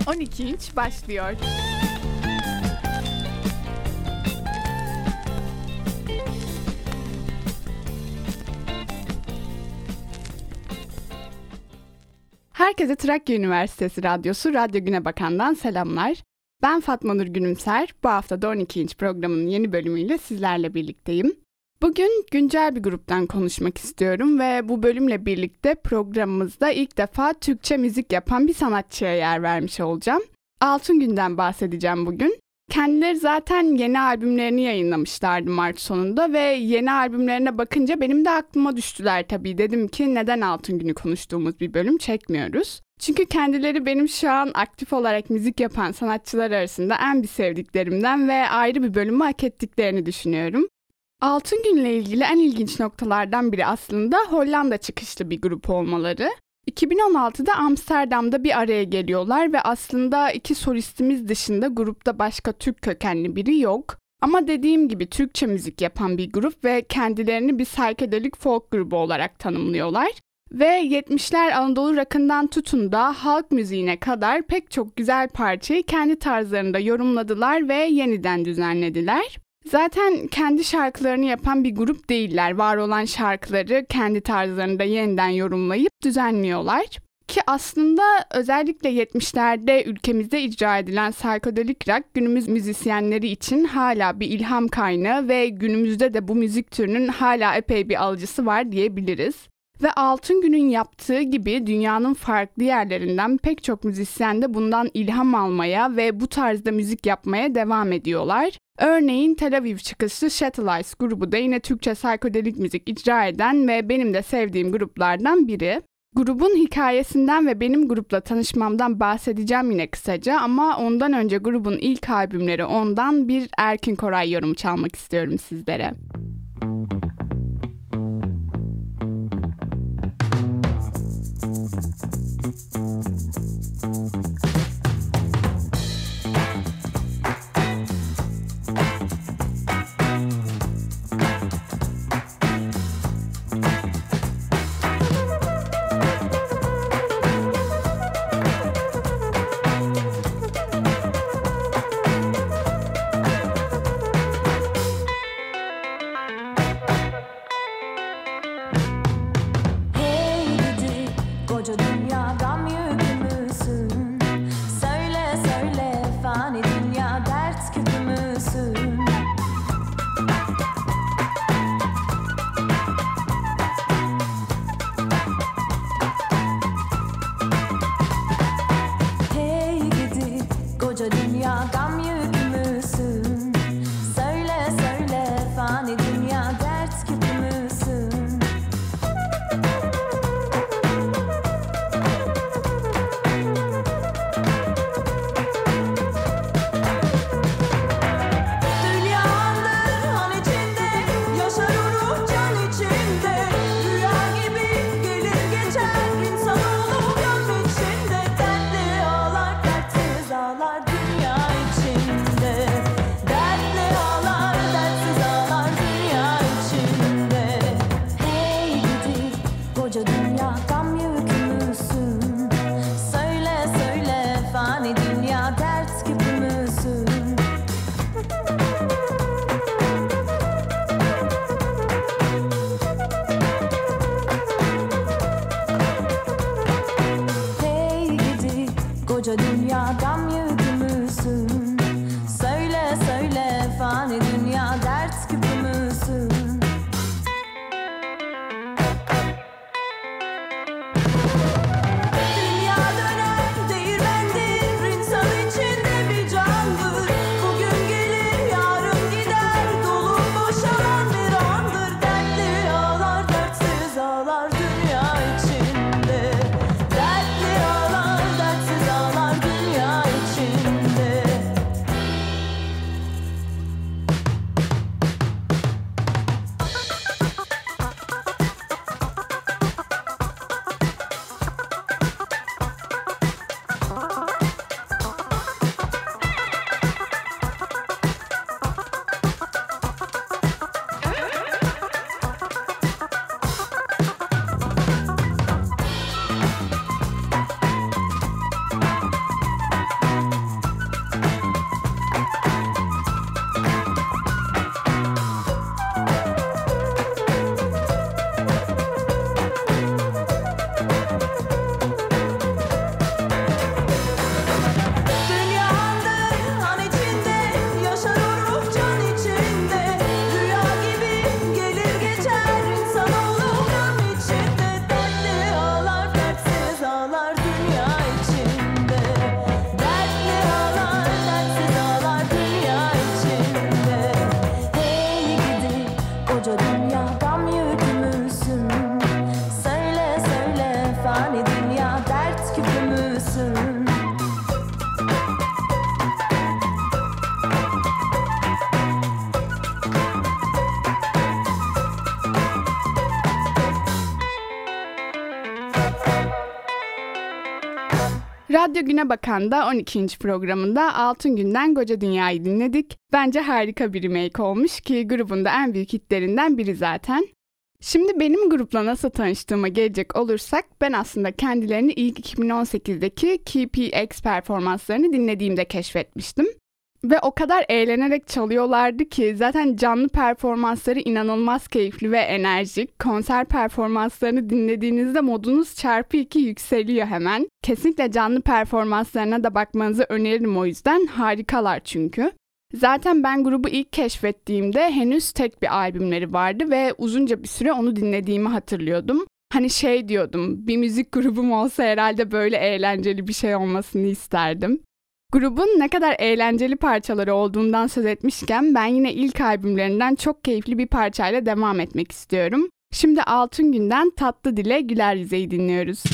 12 inç başlıyor. Herkese Trakya Üniversitesi Radyosu Radyo Güne Bakan'dan selamlar. Ben Fatma Nur Günümser. Bu hafta da 12 inç programının yeni bölümüyle sizlerle birlikteyim. Bugün güncel bir gruptan konuşmak istiyorum ve bu bölümle birlikte programımızda ilk defa Türkçe müzik yapan bir sanatçıya yer vermiş olacağım. Altungün'den bahsedeceğim bugün. Kendileri zaten yeni albümlerini yayınlamışlardı Mart sonunda ve yeni albümlerine bakınca benim de aklıma düştüler tabii. Dedim ki neden Altungün'ü konuştuğumuz bir bölüm çekmiyoruz? Çünkü kendileri benim şu an aktif olarak müzik yapan sanatçılar arasında en bir sevdiklerimden ve ayrı bir bölümü hak ettiklerini düşünüyorum. Altungün'le ilgili en ilginç noktalardan biri aslında Hollanda çıkışlı bir grup olmaları. 2016'da Amsterdam'da bir araya geliyorlar ve aslında iki solistimiz dışında grupta başka Türk kökenli biri yok. Ama dediğim gibi Türkçe müzik yapan bir grup ve kendilerini bir psychedelic folk grubu olarak tanımlıyorlar. Ve 70'ler Anadolu rock'ından tutun da halk müziğine kadar pek çok güzel parçayı kendi tarzlarında yorumladılar ve yeniden düzenlediler. Zaten kendi şarkılarını yapan bir grup değiller. Var olan şarkıları kendi tarzlarında yeniden yorumlayıp düzenliyorlar. Ki aslında özellikle 70'lerde ülkemizde icra edilen psychedelic rock günümüz müzisyenleri için hala bir ilham kaynağı ve günümüzde de bu müzik türünün hala epey bir alıcısı var diyebiliriz. Ve Altungün'ün yaptığı gibi dünyanın farklı yerlerinden pek çok müzisyen de bundan ilham almaya ve bu tarzda müzik yapmaya devam ediyorlar. Örneğin Tel Aviv çıkışlı Shattleites grubu da yine Türkçe psikodelik müzik icra eden ve benim de sevdiğim gruplardan biri. Grubun hikayesinden ve benim grupla tanışmamdan bahsedeceğim yine kısaca ama ondan önce grubun ilk albümleri ondan bir Erkin Koray yorumu çalmak istiyorum sizlere. Dünya fani dünya dert küpü müsün? Radyo Güne Bakan'da 12. programında Altın Gün'den Koca Dünya'yı dinledik. Bence harika bir remake olmuş ki grubun da en büyük hitlerinden biri zaten. Şimdi benim grupla nasıl tanıştığıma gelecek olursak ben aslında kendilerini ilk 2018'deki KPX performanslarını dinlediğimde keşfetmiştim. Ve o kadar eğlenerek çalıyorlardı ki zaten canlı performansları inanılmaz keyifli ve enerjik. Konser performanslarını dinlediğinizde modunuz çarpı 2 yükseliyor hemen. Kesinlikle canlı performanslarına da bakmanızı öneririm o yüzden. Harikalar çünkü. Zaten ben grubu ilk keşfettiğimde henüz tek bir albümleri vardı ve uzunca bir süre onu dinlediğimi hatırlıyordum. Hani şey diyordum, bir müzik grubum olsa herhalde böyle eğlenceli bir şey olmasını isterdim. Grubun ne kadar eğlenceli parçaları olduğundan söz etmişken ben yine ilk albümlerinden çok keyifli bir parçayla devam etmek istiyorum. Şimdi Altın Gün'den Tatlı Dile Güler Yüze'yi dinliyoruz.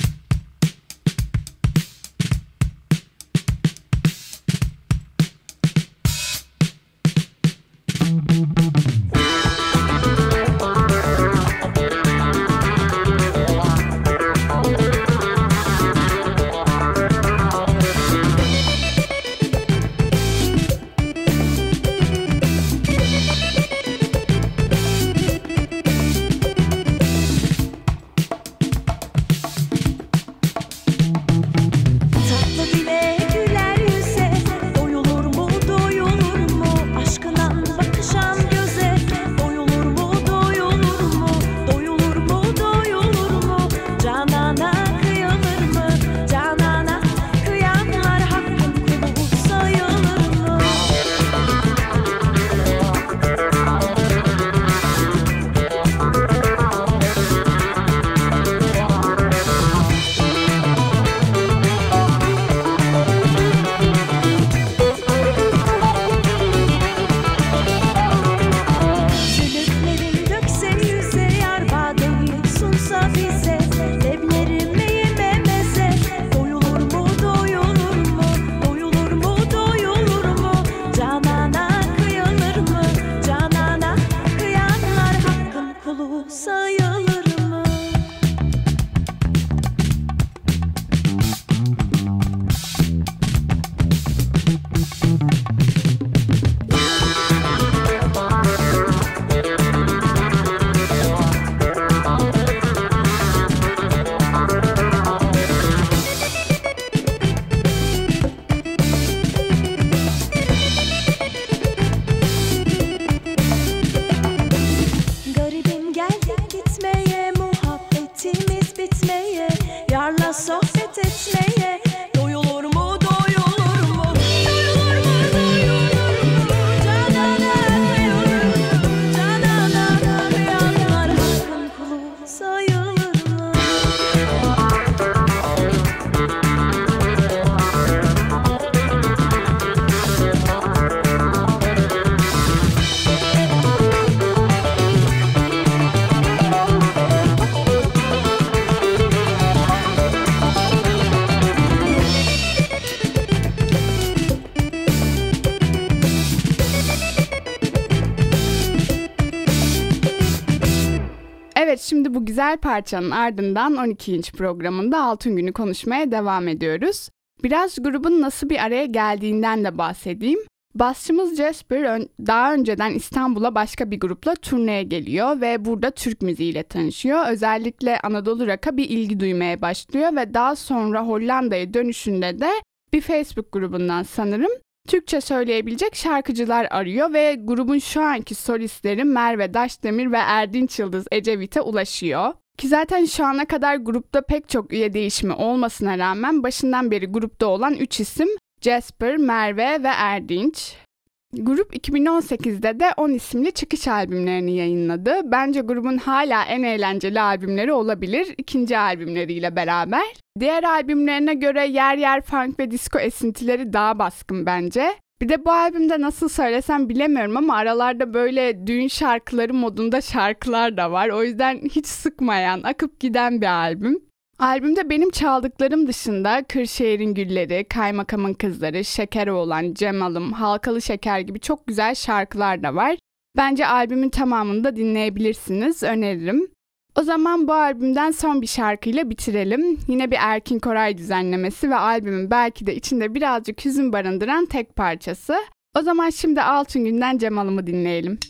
Evet, şimdi bu güzel parçanın ardından 12. programında Altın Günü konuşmaya devam ediyoruz. Biraz grubun nasıl bir araya geldiğinden de bahsedeyim. Basçımız Jasper daha önceden İstanbul'a başka bir grupla turneye geliyor ve burada Türk müziğiyle tanışıyor. Özellikle Anadolu Rock'a bir ilgi duymaya başlıyor ve daha sonra Hollanda'ya dönüşünde de bir Facebook grubundan sanırım Türkçe söyleyebilecek şarkıcılar arıyor ve grubun şu anki solistleri Merve Daşdemir ve Erdinç Yıldız Ecevit'e ulaşıyor. Ki zaten şu ana kadar grupta pek çok üye değişimi olmasına rağmen başından beri grupta olan 3 isim Jasper, Merve ve Erdinç. Grup 2018'de de 10 isimli çıkış albümlerini yayınladı. Bence grubun hala en eğlenceli albümleri olabilir ikinci albümleriyle beraber. Diğer albümlerine göre yer yer funk ve disco esintileri daha baskın bence. Bir de bu albümde nasıl söylesem bilemiyorum ama aralarda böyle düğün şarkıları modunda şarkılar da var. O yüzden hiç sıkmayan, akıp giden bir albüm. Albümde benim çaldıklarım dışında Kırşehir'in Gülleri, Kaymakamın Kızları, Şekeroğlan, Cemal'ım, Halkalı Şeker gibi çok güzel şarkılar da var. Bence albümün tamamını da dinleyebilirsiniz, öneririm. O zaman bu albümden son bir şarkıyla bitirelim. Yine bir Erkin Koray düzenlemesi ve albümün belki de içinde birazcık hüzün barındıran tek parçası. O zaman şimdi Altıngün'den Cemal'ımı dinleyelim.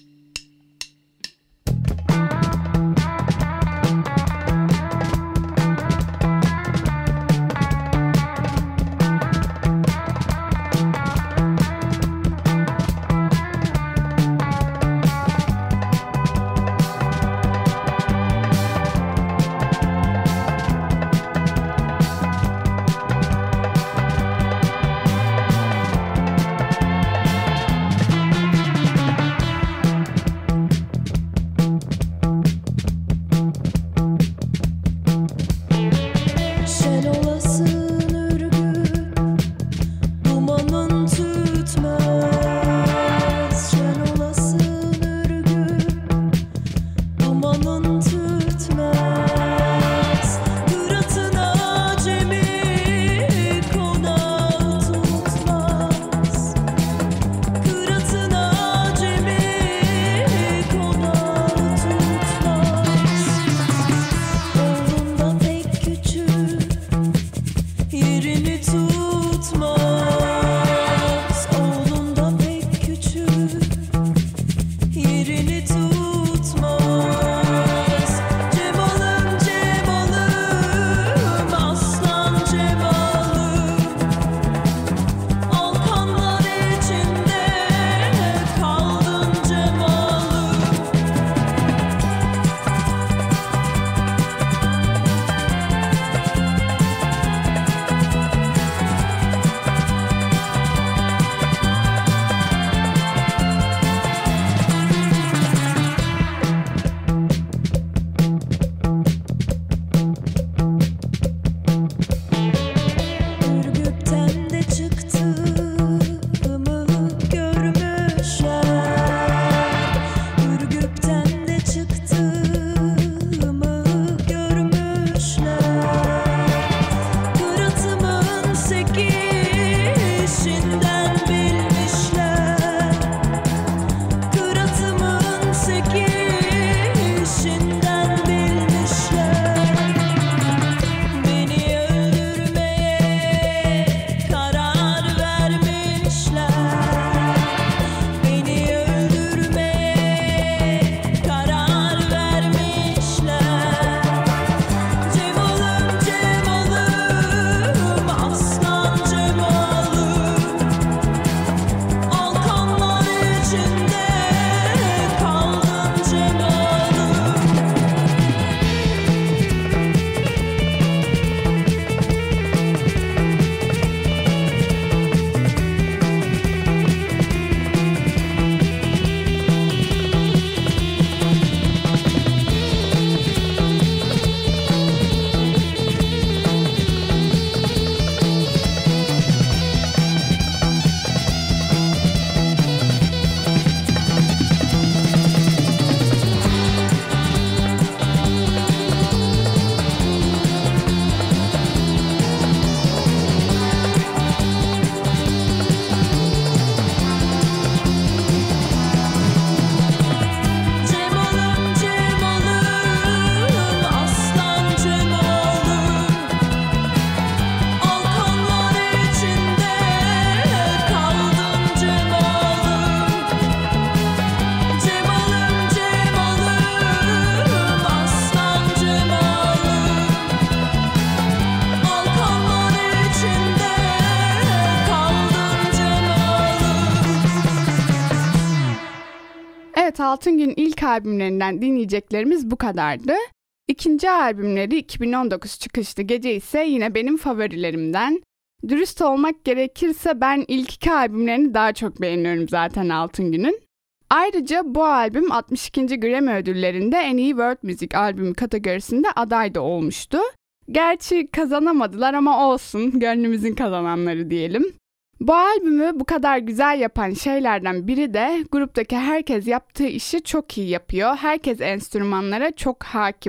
Evet, Altıngün'ün ilk albümlerinden dinleyeceklerimiz bu kadardı. İkinci albümleri 2019 çıkışlı Gece ise yine benim favorilerimden. Dürüst olmak gerekirse ben ilk iki albümlerini daha çok beğeniyorum zaten Altıngün'ün. Ayrıca bu albüm 62. Grammy ödüllerinde en iyi World Music albümü kategorisinde aday da olmuştu. Gerçi kazanamadılar ama olsun, gönlümüzün kazananları diyelim. Bu albümü bu kadar güzel yapan şeylerden biri de gruptaki herkes yaptığı işi çok iyi yapıyor. Herkes enstrümanlara çok hakim.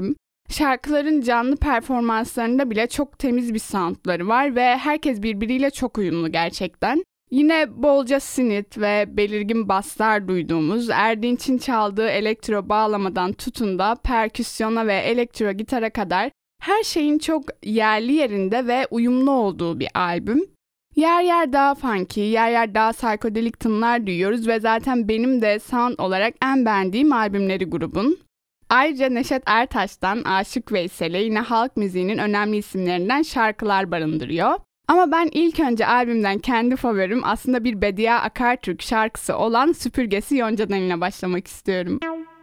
Şarkıların canlı performanslarında bile çok temiz bir soundları var ve herkes birbiriyle çok uyumlu gerçekten. Yine bolca sinit ve belirgin basslar duyduğumuz, Erdinç'in çaldığı elektro bağlamadan tutun da perküsyona ve elektro gitara kadar her şeyin çok yerli yerinde ve uyumlu olduğu bir albüm. Yer yer daha funky, yer yer daha psikodelik tınlar duyuyoruz ve zaten benim de sound olarak en beğendiğim albümleri grubun. Ayrıca Neşet Ertaş'tan Aşık Veysel'e yine halk müziğinin önemli isimlerinden şarkılar barındırıyor. Ama ben ilk önce albümden kendi favorim aslında bir Bediye Akartürk şarkısı olan Süpürgesi Yonca'dan ile başlamak istiyorum.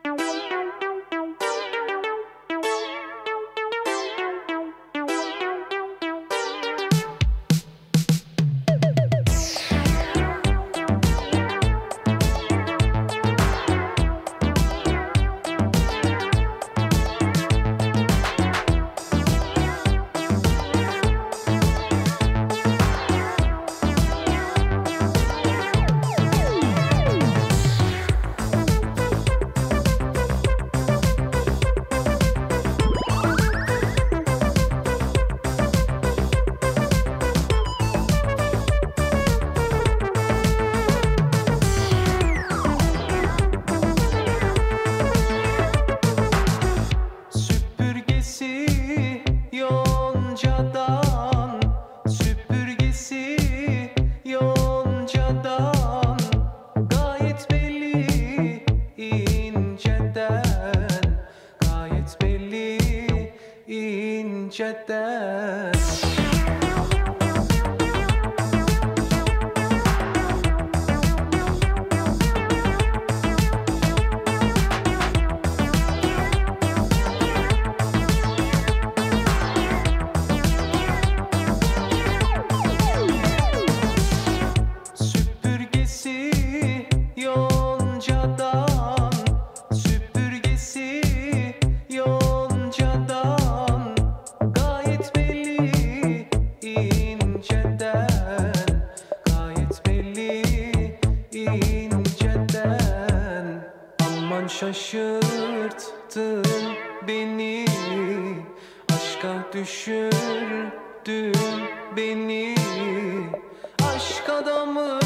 Şaşırttın beni, aşka düşürdün beni. Aşk adamı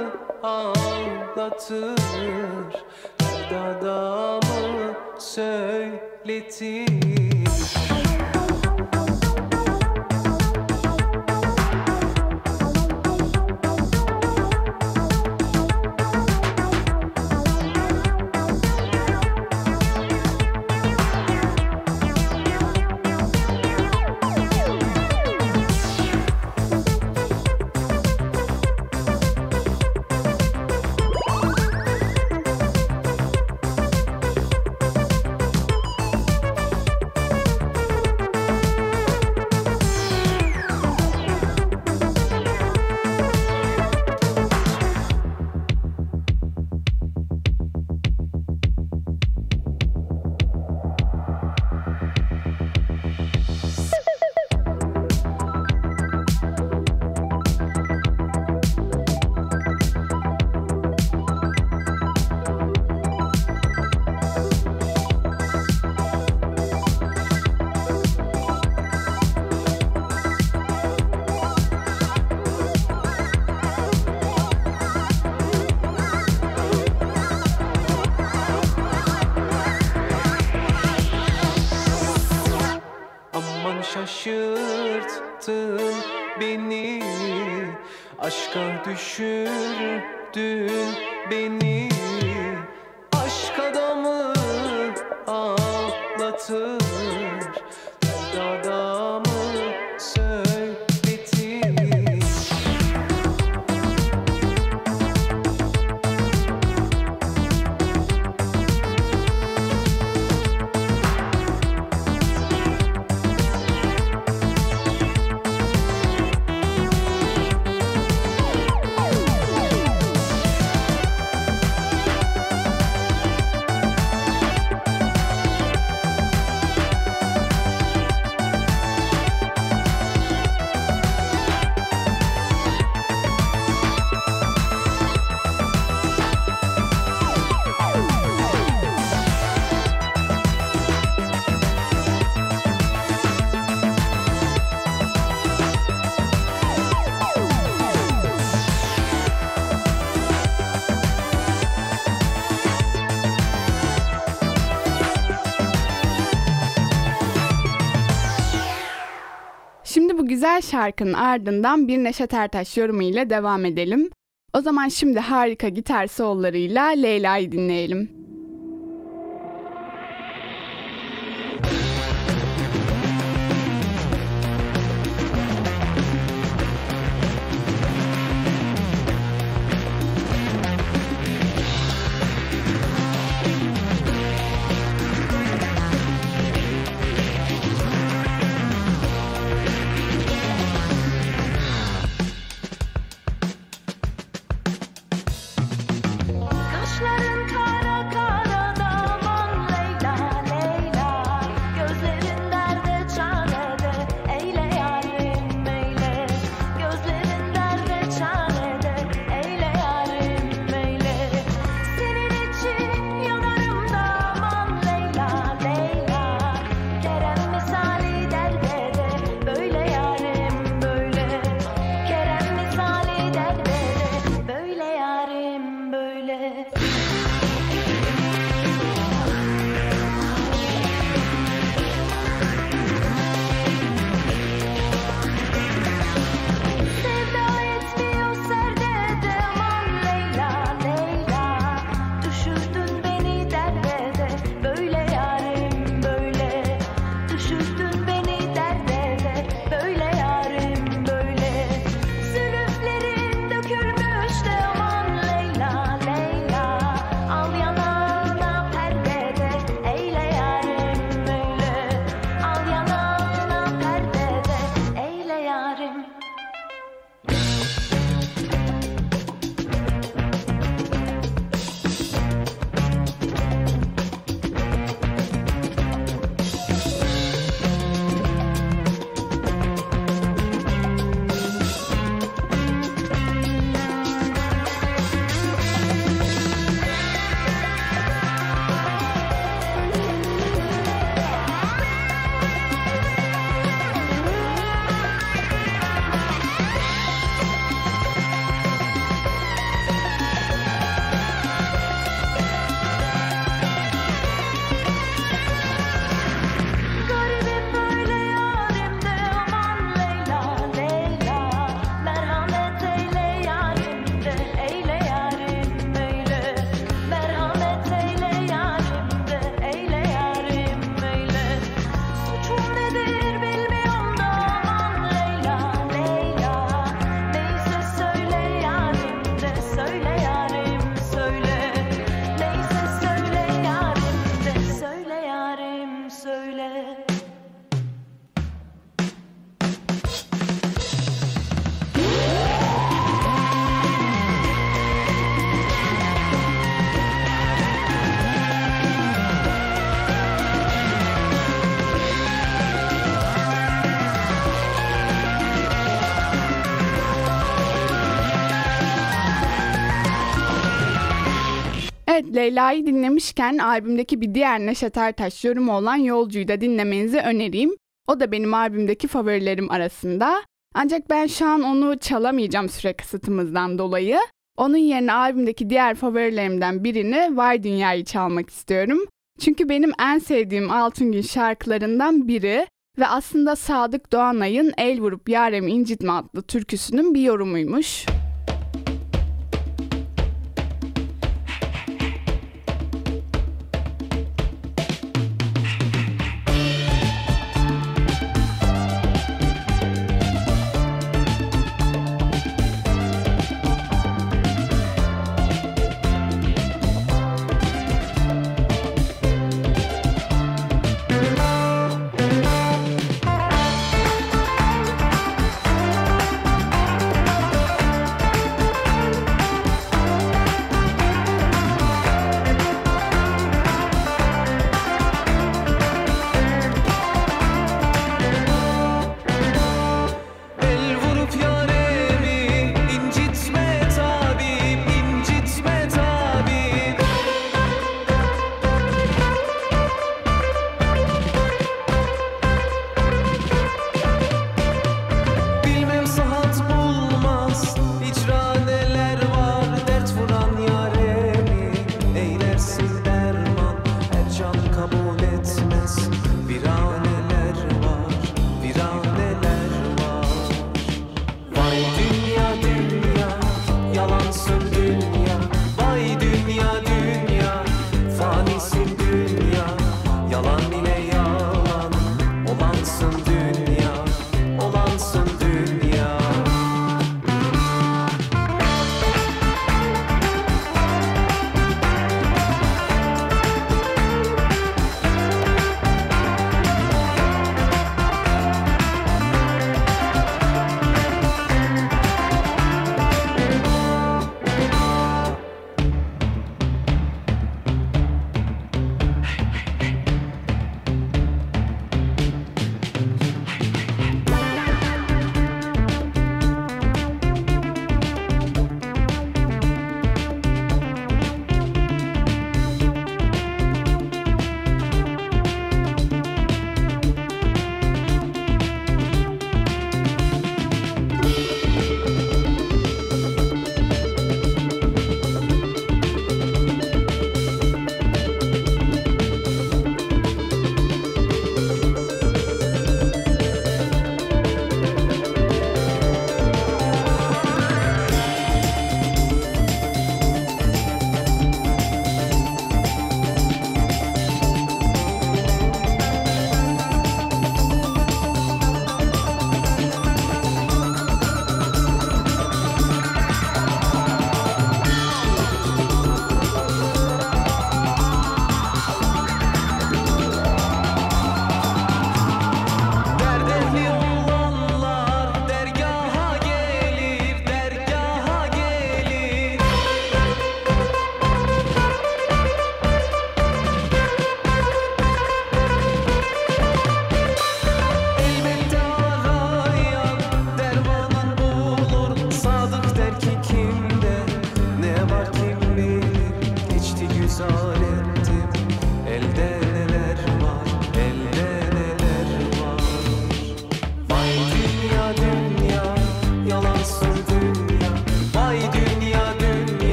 ağlatır, dert adamı söyletir. Şaşırttın beni, aşka düşürdün beni. Aşk adamı ağlatır, dert adamı söyletir. güzel şarkının ardından bir Neşet Ertaş yorumu ile devam edelim. O zaman şimdi harika gitar sollarıyla Leyla'yı dinleyelim. Kaşların kara kara daman Leyla Leyla, gözlerin derde çarede, eyle yarim eyle. Gözlerin derde çarede, eyle yarim eyle. Senin için yanarım da aman Leyla Leyla, Kerem misali derbede, böyle yarim böyle. Kerem misali derbede, böyle yarim böyle. Sevda etmiyor serdede aman Leyla Leyla, düşürdün beni derbede, böyle yarim böyle. Düşürdün beni derbede, böyle yarim böyle. Zülüflerin dökülmüş de aman Leyla Leyla, al yanağına perdede, eyle yarim böyle. Al yanağına perdede, eyle yarim. Garibim böyle yarim de aman Leyla Leyla, merhamet eyle yarim de, eyle yarim eyle. Merhamet eyle yarim de, eyle yarim eyle. Suçum nedir bilmiyorum da aman Leyla Leyla, neyse söyle yarim de, söyle yarim söyle. Neyse söyle yarim de, söyle yarim söyle. Evet, Leyla'yı dinlemişken albümdeki bir diğer Neşet Ertaş yorumu olan Yolcu'yu da dinlemenizi önereyim. O da benim albümdeki favorilerim arasında. Ancak ben şu an onu çalamayacağım süre kısıtımızdan dolayı. Onun yerine albümdeki diğer favorilerimden birini Vay Dünya'yı çalmak istiyorum. Çünkü benim en sevdiğim Altıngün şarkılarından biri ve aslında Sadık Doğanay'ın El Vurup Yaremi İncitme adlı türküsünün bir yorumuymuş.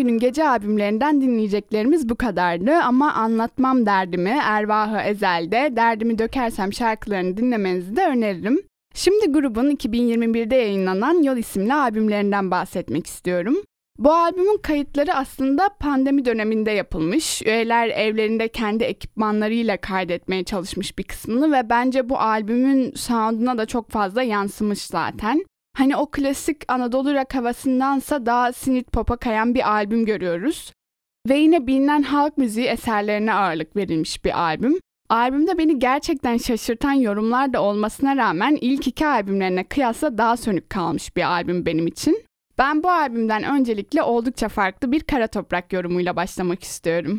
günün gece albümlerinden dinleyeceklerimiz bu kadardı ama Anlatmam Derdimi, Ervahı Ezel'de Derdimi Dökersem şarkılarını dinlemenizi de öneririm. Şimdi grubun 2021'de yayınlanan Yol isimli albümlerinden bahsetmek istiyorum. Bu albümün kayıtları aslında pandemi döneminde yapılmış. Üyeler evlerinde kendi ekipmanlarıyla kaydetmeye çalışmış bir kısmını ve bence bu albümün sound'una da çok fazla yansımış zaten. Hani o klasik Anadolu rock havasındansa daha synth pop'a kayan bir albüm görüyoruz. Ve yine bilinen halk müziği eserlerine ağırlık verilmiş bir albüm. Albümde beni gerçekten şaşırtan yorumlar da olmasına rağmen ilk iki albümlerine kıyasla daha sönük kalmış bir albüm benim için. Ben bu albümden öncelikle oldukça farklı bir Kara Toprak yorumuyla başlamak istiyorum.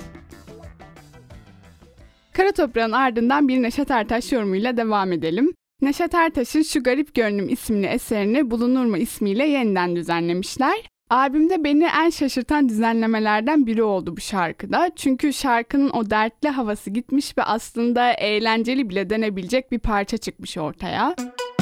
Kara Toprağın ardından bir Neşet Ertaş yorumuyla devam edelim. Neşet Ertaş'ın Şu Garip Gönlüm isimli eserini Bulunur mu ismiyle yeniden düzenlemişler. Albümde beni en şaşırtan düzenlemelerden biri oldu bu şarkıda. Çünkü şarkının o dertli havası gitmiş ve aslında eğlenceli bile denebilecek bir parça çıkmış ortaya.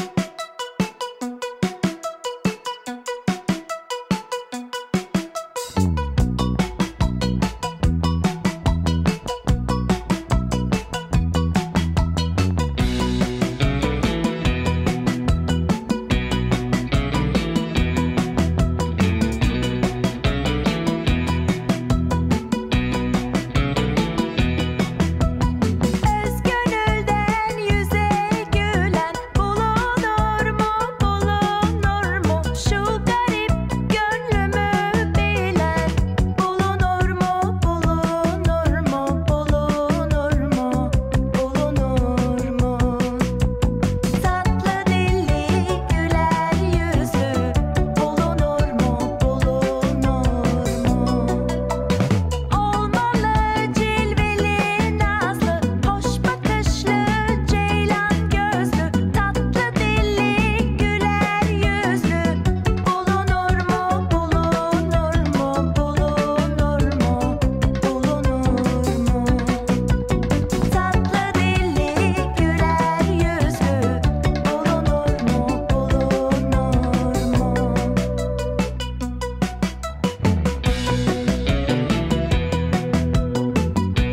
Gönülden yüze gülen bulunur mu, bulunur mu? Şu garip gönlümü bilen bulunur mu, bulunur mu, bulunur mu, bulunur mu? Tatlı dilli güler yüzlü bulunur mu, bulunur mu? Olmalı cilveli nazlı, hoş bakışlı ceylan gözlü, tatlı dilli güler yüzlü bulunur mu, bulunur mu, bulunur mu, bulunur mu? Tatlı dilli güler yüzlü bulunur mu, bulunur mu?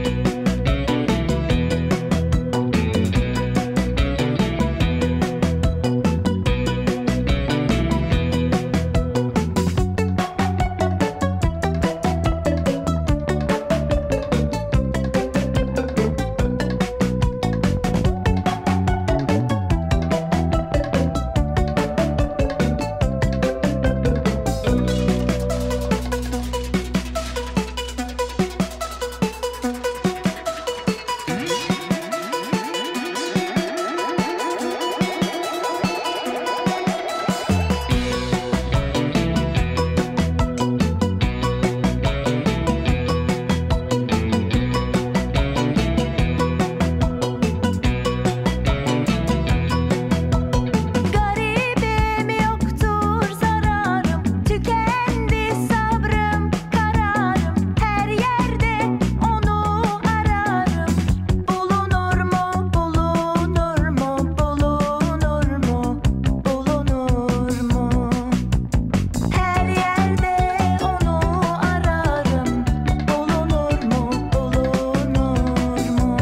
Garibim yoktur zararım, tükendi sabrım, kararım, her yerde onu ararım. Bulunur mu, bulunur mu, bulunur mu, bulunur mu? Her yerde onu ararım. Bulunur mu, bulunur mu?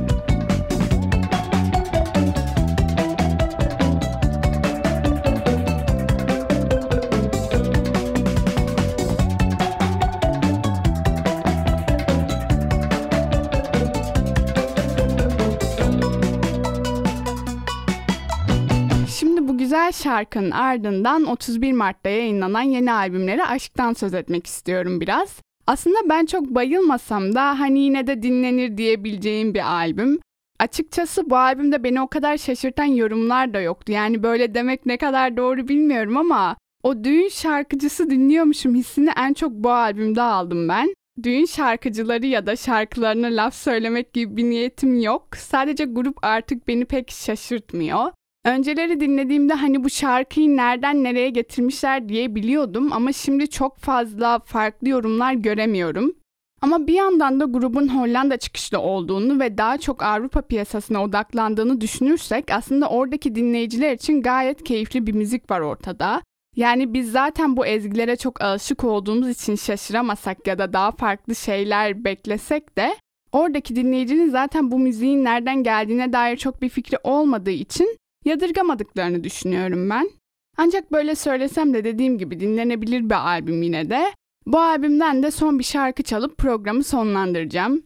Şimdi bu güzel şarkının ardından 31 Mart'ta yayınlanan yeni albümleri Aşk'tan söz etmek istiyorum biraz. Aslında ben çok bayılmasam da hani yine de dinlenir diyebileceğim bir albüm. Açıkçası bu albümde beni o kadar şaşırtan yorumlar da yoktu. Yani böyle demek ne kadar doğru bilmiyorum ama o düğün şarkıcısı dinliyormuşum hissini en çok bu albümde aldım ben. Düğün şarkıcıları ya da şarkılarına laf söylemek gibi bir niyetim yok. Sadece grup artık beni pek şaşırtmıyor. Önceleri dinlediğimde hani bu şarkıyı nereden nereye getirmişler diye biliyordum ama şimdi çok fazla farklı yorumlar göremiyorum. Ama bir yandan da grubun Hollanda çıkışlı olduğunu ve daha çok Avrupa piyasasına odaklandığını düşünürsek aslında oradaki dinleyiciler için gayet keyifli bir müzik var ortada. Yani biz zaten bu ezgilere çok alışık olduğumuz için şaşıramasak ya da daha farklı şeyler beklesek de oradaki dinleyicinin zaten bu müziğin nereden geldiğine dair çok bir fikri olmadığı için yadırgamadıklarını düşünüyorum ben. Ancak böyle söylesem de dediğim gibi dinlenebilir bir albüm yine de. Bu albümden de son bir şarkı çalıp programı sonlandıracağım.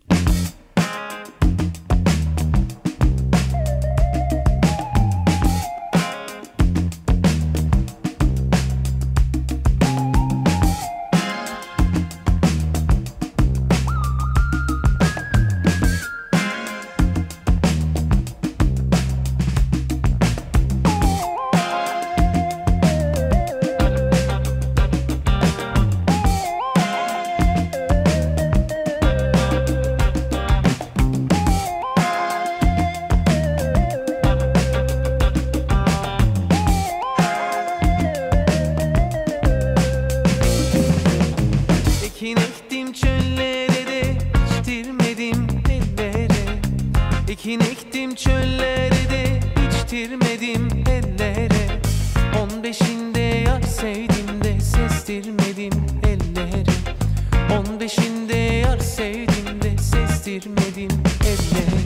çöllere de içtirmedim ellere. 15'inde yar sevdim de sestirmedim ellere. 15'inde yar sevdim de sestirmedim ellere.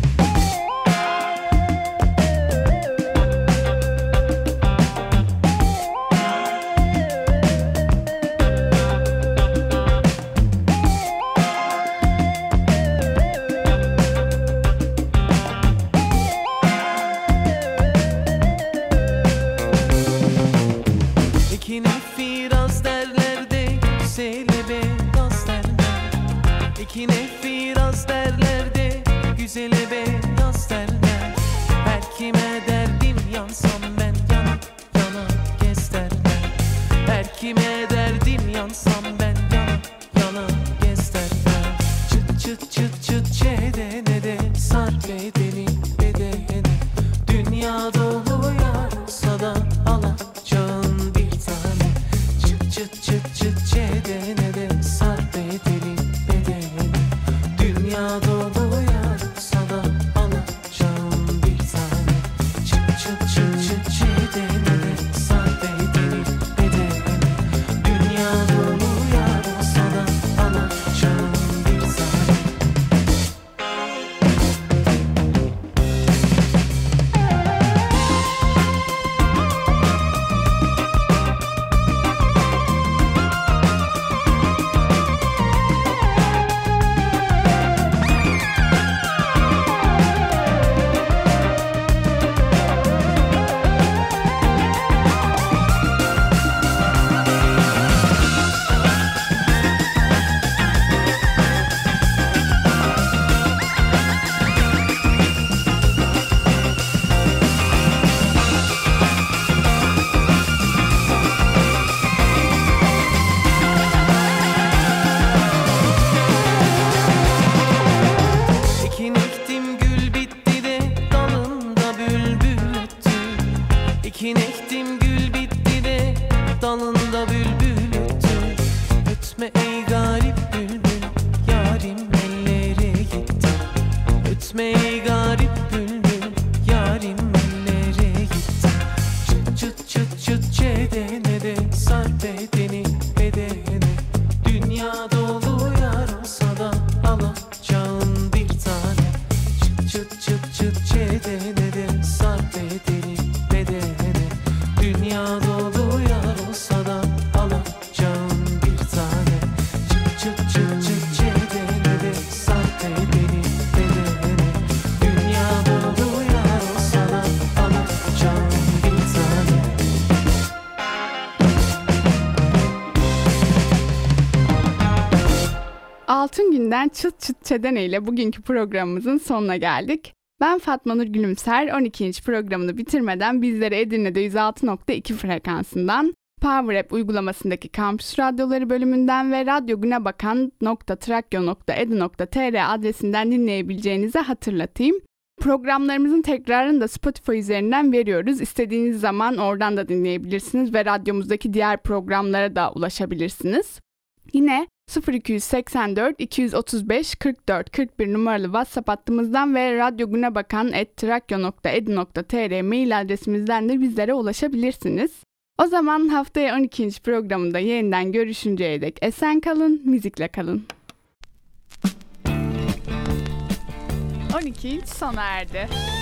Ekine firaz derler de güzele beyaz derler. Ekine firaz derler de güzele beyaz derler. Her kime derdim yansam ben yana yana gez derler. Her kime derdim yansam ben yana yana gez derler. Çıt çıt çıt çıt çedene de sar bedeni bedene. Dünya dolu yar olsa da alacağın bir tane. Çıt çıt çıt çıt çedene de sar bedeni bedene. Dünya dolu yar olsa da alacağın bir tane. Çıt çıt çıt çıt çedene de sar bedeni bedene. Dünya dolu yar olsa da alacağın bir tane. Ekin ektim gül bitti de dalında bülbül öttü. Ekin ektim gül bitti de dalında bülbül öttü. Ötme ey garip bülbül yarim ellere gitti. Ötme ey garip bülbül yarim ellere gitti. Çıt çıt çıt çıt çedene de sar bedeni bedene. Dünya dolu yar olsa da alacağın bir tane. Çıt çıt çıt çıt çedene de sar bedeni bedene. Dünya dolu yar olsa da alacağın bir tane. Çıt çıt çıt çıt çedene de sar bedeni bedene. Dünya dolu yar olsa da alacağın bir tane. Altın Gün'den Çıt Çıt Çedene ile bugünkü programımızın sonuna geldik. Ben Fatma Nur Gülümser, 12. programını bitirmeden bizlere Edirne'de 106.2 frekansından, Power App uygulamasındaki Kampüs Radyoları bölümünden ve radyogünebakan.trakya.edu.tr adresinden dinleyebileceğinizi hatırlatayım. Programlarımızın tekrarını da Spotify üzerinden veriyoruz. İstediğiniz zaman oradan da dinleyebilirsiniz ve radyomuzdaki diğer programlara da ulaşabilirsiniz. Yine 0284 235 44 41 numaralı WhatsApp hattımızdan ve radyogünebakan@trakya.edu.tr mail adresimizden de bizlere ulaşabilirsiniz. O zaman haftaya 12. programında yeniden görüşünceye dek esen kalın, müzikle kalın. 12 sona erdi.